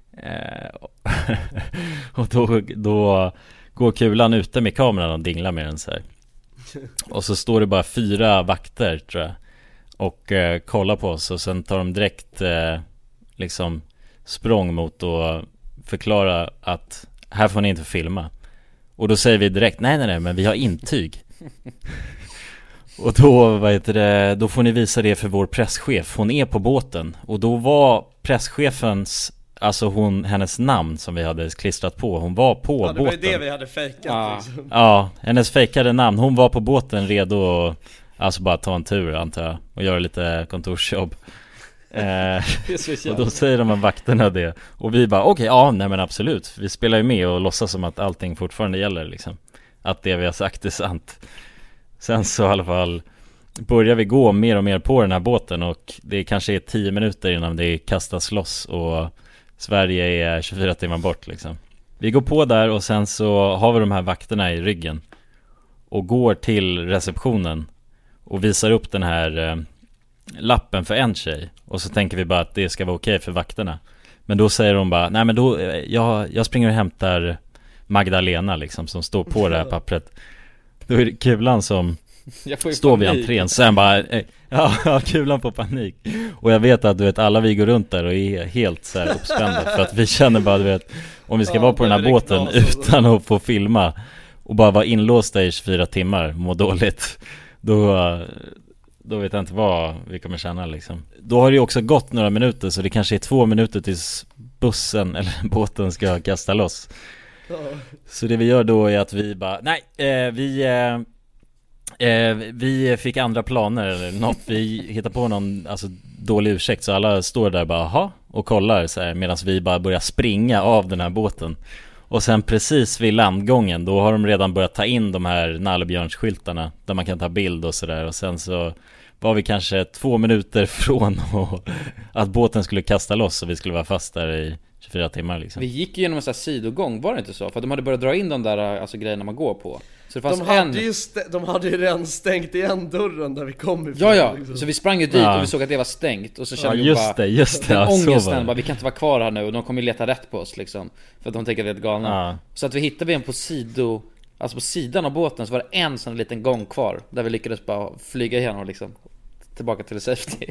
Och då går kulan ute med kameran och dinglar med den så här. Och så står det bara 4 vakter tror jag och kollar på oss, och sen tar de direkt liksom språng mot att förklara att här får ni inte filma. Och då säger vi direkt nej, men vi har intyg. Och då, då får ni visa det för vår presschef. Hon är på båten. Och då var presschefens, alltså hennes namn som vi hade klistrat på, hon var på båten. Det var ju det vi hade fejkat liksom. Ja, hennes fejkade namn. Hon var på båten redo att alltså bara ta en tur antar jag och göra lite kontorsjobb. Och då säger de vakterna det. Och vi bara okej, nej men absolut. Vi spelar ju med och låtsas som att allting fortfarande gäller liksom. Att det vi har sagt är sant. Sen så i alla fall börjar vi gå mer och mer på den här båten. Och det kanske är 10 minuter innan det kastas loss och Sverige är 24 timmar bort liksom. Vi går på där och sen så har vi de här vakterna i ryggen och går till receptionen och visar upp den här lappen för en tjej. Och så tänker vi bara att det ska vara okej för vakterna. Men då säger de bara nej men då, jag springer och hämtar Magdalena liksom, som står på det här pappret. Då är det kulan som står vid entrén. Sen bara ja, kulan på panik. Och jag vet att du vet, alla vi går runt där och är helt så här uppspända. För att vi känner bara, du vet, om vi ska vara på den här båten utan att få filma och bara vara inlåsta i 24 timmar, må dåligt, då vet jag inte vad vi kommer känna liksom. Då har det ju också gått några minuter, så det kanske är 2 minuter tills bussen eller båten ska kasta loss. Så det vi gör då är att vi bara vi fick andra planer eller något. Vi hittar på någon dålig ursäkt, så alla står där bara aha, och kollar så här, medan vi bara börjar springa av den här båten. Och sen precis vid landgången, då har de redan börjat ta in de här nallebjörnsskyltarna där man kan ta bild och sådär. Och sen så var vi kanske 2 minuter från att båten skulle kasta loss och vi skulle vara fast där i 24 timmar liksom. Vi gick ju genom en sån här sidogång, var det inte så? För de hade börjat dra in de där grejerna man går på. Så det fanns de hade ju redan stängt igen dörren där vi kom ifrån. Ja, liksom. Så vi sprang ju dit och vi såg att det var stängt. Och så kände vi just det, ångesten, bara, vi kan inte vara kvar här nu. Och de kommer ju leta rätt på oss liksom, för att de tänker att vi är helt galna. Så att vi hittade en på på sidan av båten, så var det en sån liten gång kvar där vi lyckades bara flyga igenom liksom, tillbaka till safety.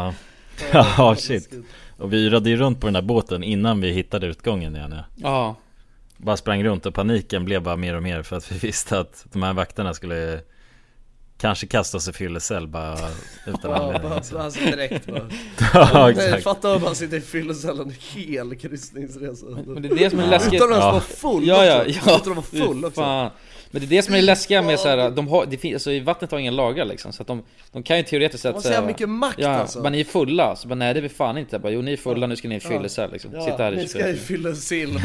Ja, shit. Och vi yrade ju runt på den där båten innan vi hittade utgången igen. Ja. Bara sprang runt och paniken blev bara mer och mer, för att vi visste att de här vakterna skulle kanske kasta oss i fyllecell bara utan anledning. Alltså direkt bara. Ja, exakt. Nej, fatta om man sitter i fyllecellen hel kryssningsresa. Men det är det som är läskigt. Utan att vara full. Ja. Utan att vara full också. Fan. Men det är det som är läskiga med så här, alltså i vattnet har ingen lagar liksom, så att de kan ju teoretiskt sett säga mycket makt alltså. Men ni är fulla, så bara nej det är vi fan inte. Bara, jo ni är fulla, nu ska ni i fyllecell liksom. Sitta här i 24 ni ska i fyllecell.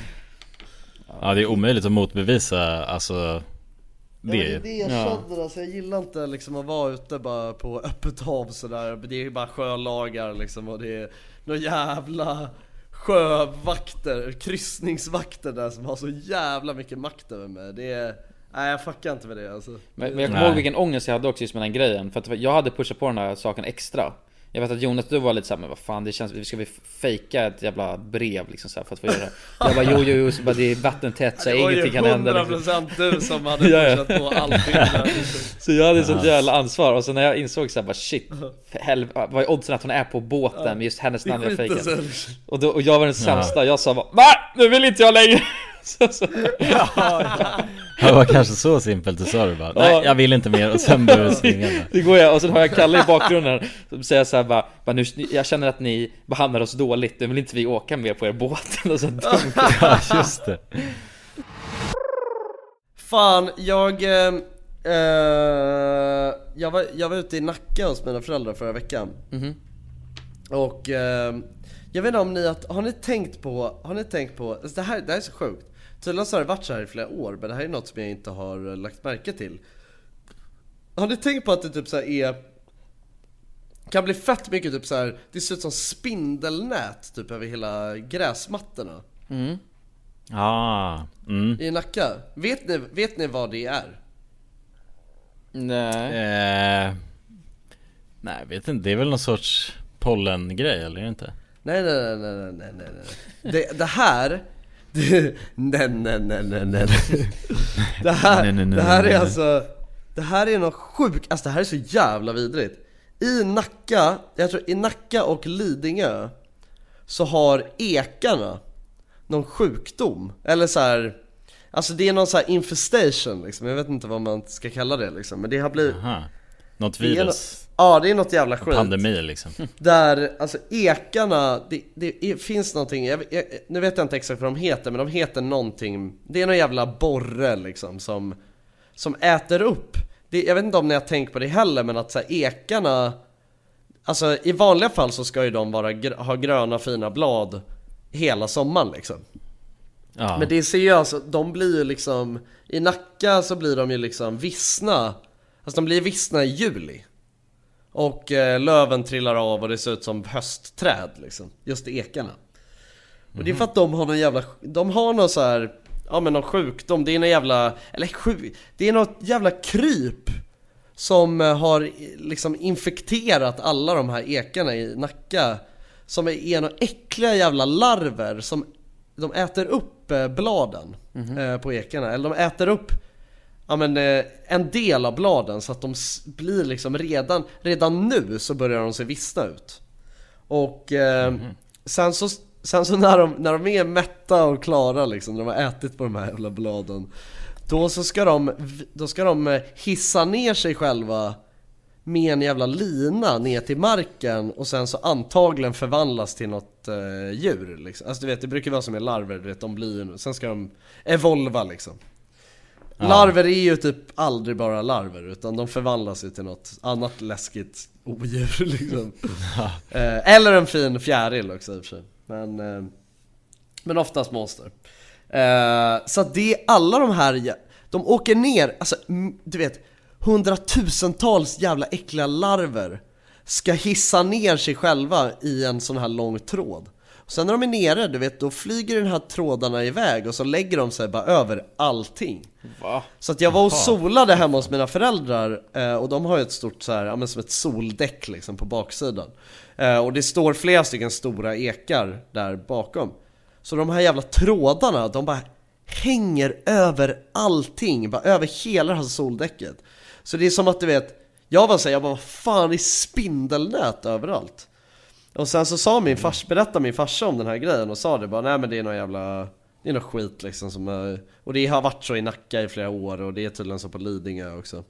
Ja, det är omöjligt att motbevisa alltså det. Ja, det jag känner, alltså, jag gillar inte liksom att vara ute bara på öppet hav sådär. Det är bara sjölagar liksom, och det är några jävla sjövakter, kryssningsvakter där som har så jävla mycket makt över mig. Det är, nej jag fuckar inte med det alltså. Men jag kommer ihåg vilken ångest jag hade också just med den grejen. För att jag hade pushat på den här saken extra. Jag vet att Jonas, du var lite såhär, men vad fan, det känns, ska vi fejka ett jävla brev liksom så här, för att få göra det. Jag bara jo, så bara, det är vattentätt så ingenting kan hända liksom. Du som hade pushat på allting där, liksom. Så jag hade sånt jävla ansvar. Och så när jag insåg såhär, bara shit, vad är oddsen att hon är på båten med just hennes namn jag fejkade. Och jag var den sämsta. Jag sa bara, nej, nu vill inte jag längre. Det var kanske så simpelt, du sa det bara. Nej, jag vill inte mer, och sen började springa. Det går jag, och sen har jag Kalle i bakgrunden som säger så här bara nu, jag känner att ni behandlar oss dåligt, nu vill inte vi åka mer på er båten. Och så ja, just det. Fan, jag var ute i Nacka hos mina föräldrar förra veckan. Och jag vet inte om har ni tänkt på alltså det här är så sjukt. Tydligen så har det varit så här i flera år, men det här är något som jag inte har lagt märke till. Har ni tänkt på att det typ så här kan bli fett mycket typ så här, det ser ut som spindelnät typ över hela gräsmattorna. I Nacka. Vet ni vad det är? Nej. Nej, jag vet inte, det är väl någon sorts pollengrej, eller är det inte? Nej. Det här Det här är alltså, det här är något sjukt. Alltså det här är så jävla vidrigt. I Nacka, jag tror i Nacka och Lidingö så har ekarna någon sjukdom. Eller så här, alltså det är någon så här infestation liksom. Jag vet inte vad man ska kalla det liksom. Men det har blivit något virus. Ja, det är något jävla skit. Pandemi liksom. Där, alltså ekarna, det finns någonting, nu vet jag inte exakt vad de heter, men de heter någonting. Det är någon jävla borre liksom som äter upp. Jag vet inte om ni har tänkt på det heller, men att så här, ekarna, alltså i vanliga fall så ska ju de ha gröna fina blad hela sommaren liksom. Ja. Men det ser ju alltså, de blir ju liksom, i Nacka så blir de ju liksom vissna. Alltså de blir vissna i juli. Och löven trillar av och det ser ut som höstträd liksom. Just ekarna. Och det är för att de har någon jävla, de har någon så här, ja men någon sjukdom. Det är någon jävla, det är något jävla kryp som har liksom infekterat alla de här ekarna i Nacka. Som är några äckliga jävla larver som de äter upp bladen på ekarna. Eller de äter upp en del av bladen så att de blir liksom redan nu så börjar de se vissna ut. Och sen så när de är mätta och klara liksom, när de har ätit på de här jävla bladen, då ska de hissa ner sig själva med en jävla lina ner till marken och sen så antagligen förvandlas till något djur liksom. Alltså du vet, det brukar vara som en larver, du vet, de blir, sen ska de evolva liksom. Ja. Larver är ju typ aldrig bara larver, utan de förvandlas ju till något annat läskigt odjur liksom. Eller en fin fjäril också i och för sig. Men oftast monster. Så att det är alla de här, de åker ner, alltså du vet, hundratusentals jävla äckliga larver ska hissa ner sig själva i en sån här lång tråd. Och sen när de är nere, du vet, då flyger den här trådarna iväg och så lägger de sig bara över allting. Va? Så att jag var och solade hemma hos mina föräldrar och de har ju ett stort så här, ja, men som ett soldäck liksom på baksidan. Och det står flera stycken stora ekar där bakom. Så de här jävla trådarna, de bara hänger över allting, bara över hela det här soldäcket. Så det är som att du vet, jag bara vad fan är spindelnät överallt? Och sen så berättade min farsa om den här grejen och sa det bara, nej men det är någon jävla, det är något skit liksom som, och det har varit så i Nacka i flera år och det är tydligen så på Lidingö också.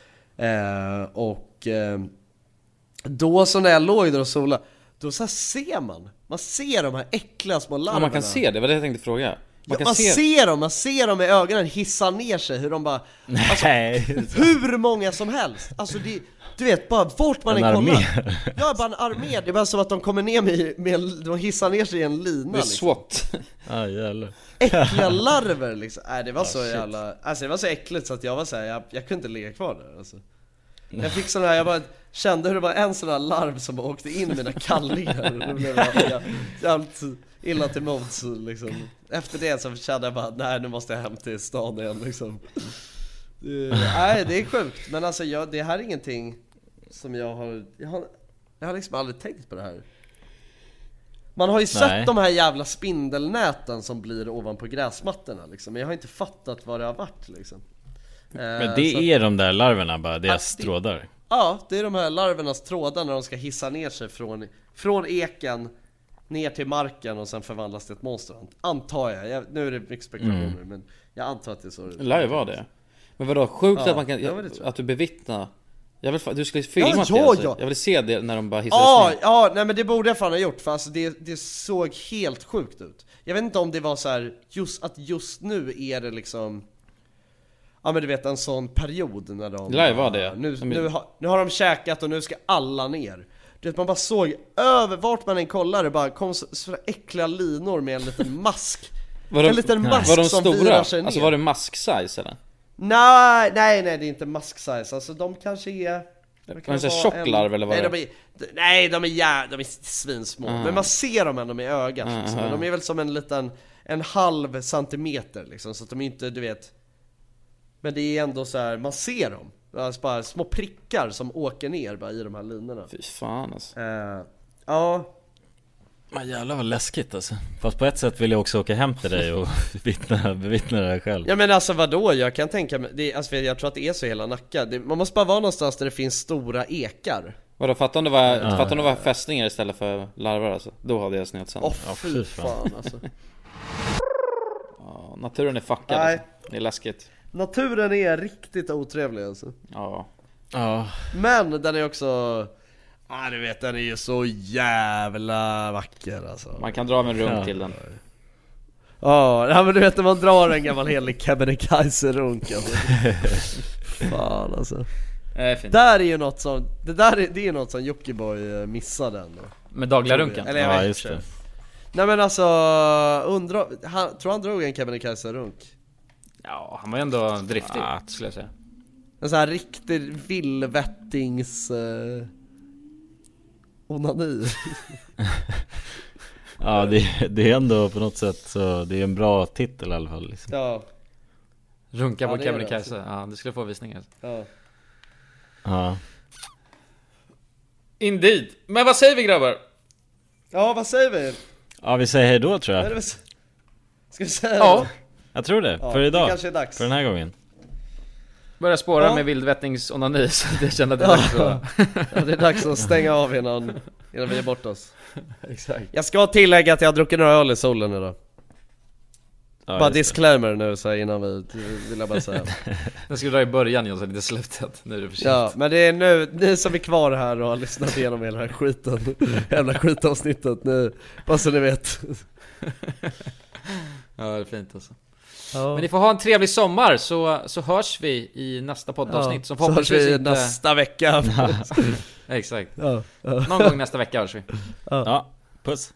Då så när jag låg där och solade, då så ser man ser de här äckliga små larverna. Ja, man kan se det, var det jag tänkte fråga. Man ser dem i ögonen hissa ner sig, hur de bara, alltså, hur många som helst. Alltså det, du vet, bara vart man än kollar. Ja, bara en armé. Det är bara som att de kommer ner med de hissar ner sig i en lina. Det är SWAT. Ja, jävlar. Äckliga larver liksom. Det var så jävla, alltså det var så äckligt så att jag var så här, jag kunde inte ligga kvar där alltså. Jag fick sån här, jag bara kände hur det var en sån här larv som åkte in i mina kallingar. Och då blev jag jävligt illa till mods liksom. Efter det så kände jag bara, nej nu måste jag hem till stan igen liksom. Nej, det är sjukt. Men alltså det här är ingenting som jag har liksom aldrig tänkt på det här. Man har ju sett de här jävla spindelnäten som blir ovanpå gräsmattorna liksom. Men jag har inte fattat vad det har varit liksom. Men det är de där larverna bara, deras trådar. Ja, det är de här larvernas trådar när de ska hissa ner sig från eken ner till marken och sen förvandlas till ett monster. Antar jag. Nu är det mycket spekulationer, men jag antar att det är så. Det lär ju vara det. Men vadå, sjukt att man kan, att du bevittnar. Du skulle filma det alltså. Jag vill se det när de bara hissar sig. Ja, nej men det borde jag fan ha gjort. För alltså det såg helt sjukt ut. Jag vet inte om det var så här, just nu är det liksom, ja men du vet en sån period när de, det lär ju vara det. Nu har de käkat och nu ska alla ner. Du vet, man bara såg över vart man än kollar, det bara kom så äckliga linor med en liten mask. En liten mask var de som stora? virar sig ner. Alltså var det mask-size eller? Nej, det är inte mask-size. Alltså de kanske är... Var det så tjocklarv eller vad det? De är svinsmå. Men man ser dem ändå med ögat liksom. De är väl som en halv centimeter liksom. Så att de inte, du vet... Men det är ändå så här, man ser dem. Alltså bara små prickar som åker ner bara i de här linorna. Fy fan alltså. Ja. Men jävlar vad läskigt alltså. Fast på ett sätt vill jag också åka hem till dig och bevittna det här själv. Ja men alltså vadå, jag kan tänka mig alltså, jag tror att det är så hela Nacka. Man måste bara vara någonstans där det finns stora ekar. Vadå, fattar om det var fästningar istället för larvar alltså. Då hade jag snett sen. Fy fan alltså. Ja, naturen är fuckad alltså. Det är läskigt. Naturen är riktigt otrevlig alltså. Ja. Men den är också... du vet, den är ju så jävla vacker alltså. Man kan dra av en runk till den. Ja, men du vet när man drar en gammal helig Kebnekaise-runk alltså. Fan alltså. Där är ju något som... Det är ju något som Jockiboi missade ändå. Med dagliga runken? Eller jag vet just det. Nej men alltså, tror han drog en Kebnekaise-runk? Ja, han var ändå driftig, skulle jag säga. En sån här riktig villvettings... onani. Ja, det är ändå på något sätt så det är en bra titel i alla fall liksom. Ja. Runka på Kebnekaise. Ja, det skulle få visningar. Ja. Indeed. Men vad säger vi grabbar? Ja, vad säger vi? Ja, vi säger hej då tror jag. Ska vi säga det? Jag tror det, för idag. Det kanske är dags. För den här gången. Börja spåra med vildvättningsonani, så det känner att det är dags att det är dags att stänga av innan vi är bort oss. Exakt. Jag ska tillägga att jag har druckit några öl i solen idag. Bara disclaimer nu så här, innan vi vill jag bara säga. Den skulle dra i början, Jonsson, inte slutet. Nu är det för sent. Ja, men det är nu ni som är kvar här och har lyssnat igenom hela den här skiten. Jävla skitavsnittet nu. Bara så ni vet. Ja, det är fint alltså. Men ni får ha en trevlig sommar, så hörs vi i nästa poddavsnitt som förhoppningsvis så hörs vi nästa vecka. Exakt. Någon gång nästa vecka hörs vi. Ja, puss.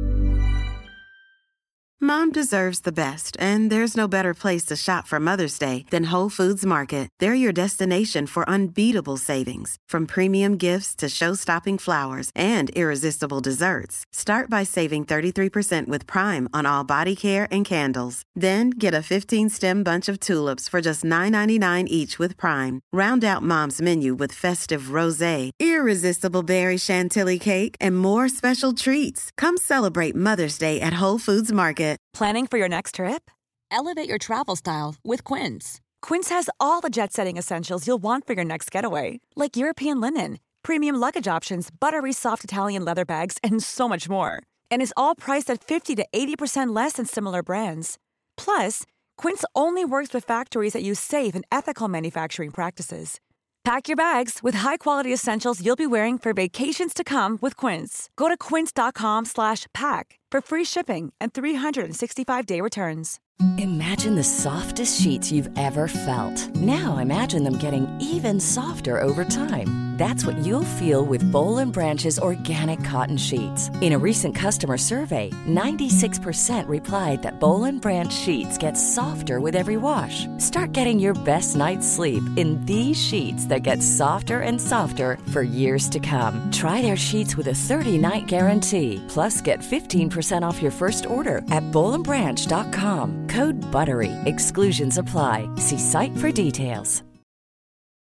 Mom deserves the best, and there's no better place to shop for Mother's Day than Whole Foods Market. They're your destination for unbeatable savings, from premium gifts to show-stopping flowers and irresistible desserts. Start by saving 33% with Prime on all body care and candles. Then get a 15-stem bunch of tulips for just $9.99 each with Prime. Round out Mom's menu with festive rosé, irresistible berry chantilly cake, and more special treats. Come celebrate Mother's Day at Whole Foods Market. Planning for your next trip? Elevate your travel style with Quince. Quince has all the jet-setting essentials you'll want for your next getaway, like European linen, premium luggage options, buttery soft Italian leather bags, and so much more. And is all priced at 50 to 80% less than similar brands. Plus, Quince only works with factories that use safe and ethical manufacturing practices. Pack your bags with high-quality essentials you'll be wearing for vacations to come with Quince. Go to quince.com/pack for free shipping and 365-day returns. Imagine the softest sheets you've ever felt. Now imagine them getting even softer over time. That's what you'll feel with Boll & Branch's organic cotton sheets. In a recent customer survey, 96% replied that Boll & Branch sheets get softer with every wash. Start getting your best night's sleep in these sheets that get softer and softer for years to come. Try their sheets with a 30-night guarantee. Plus, get 15% off your first order at bollandbranch.com. Code BUTTERY. Exclusions apply. See site for details.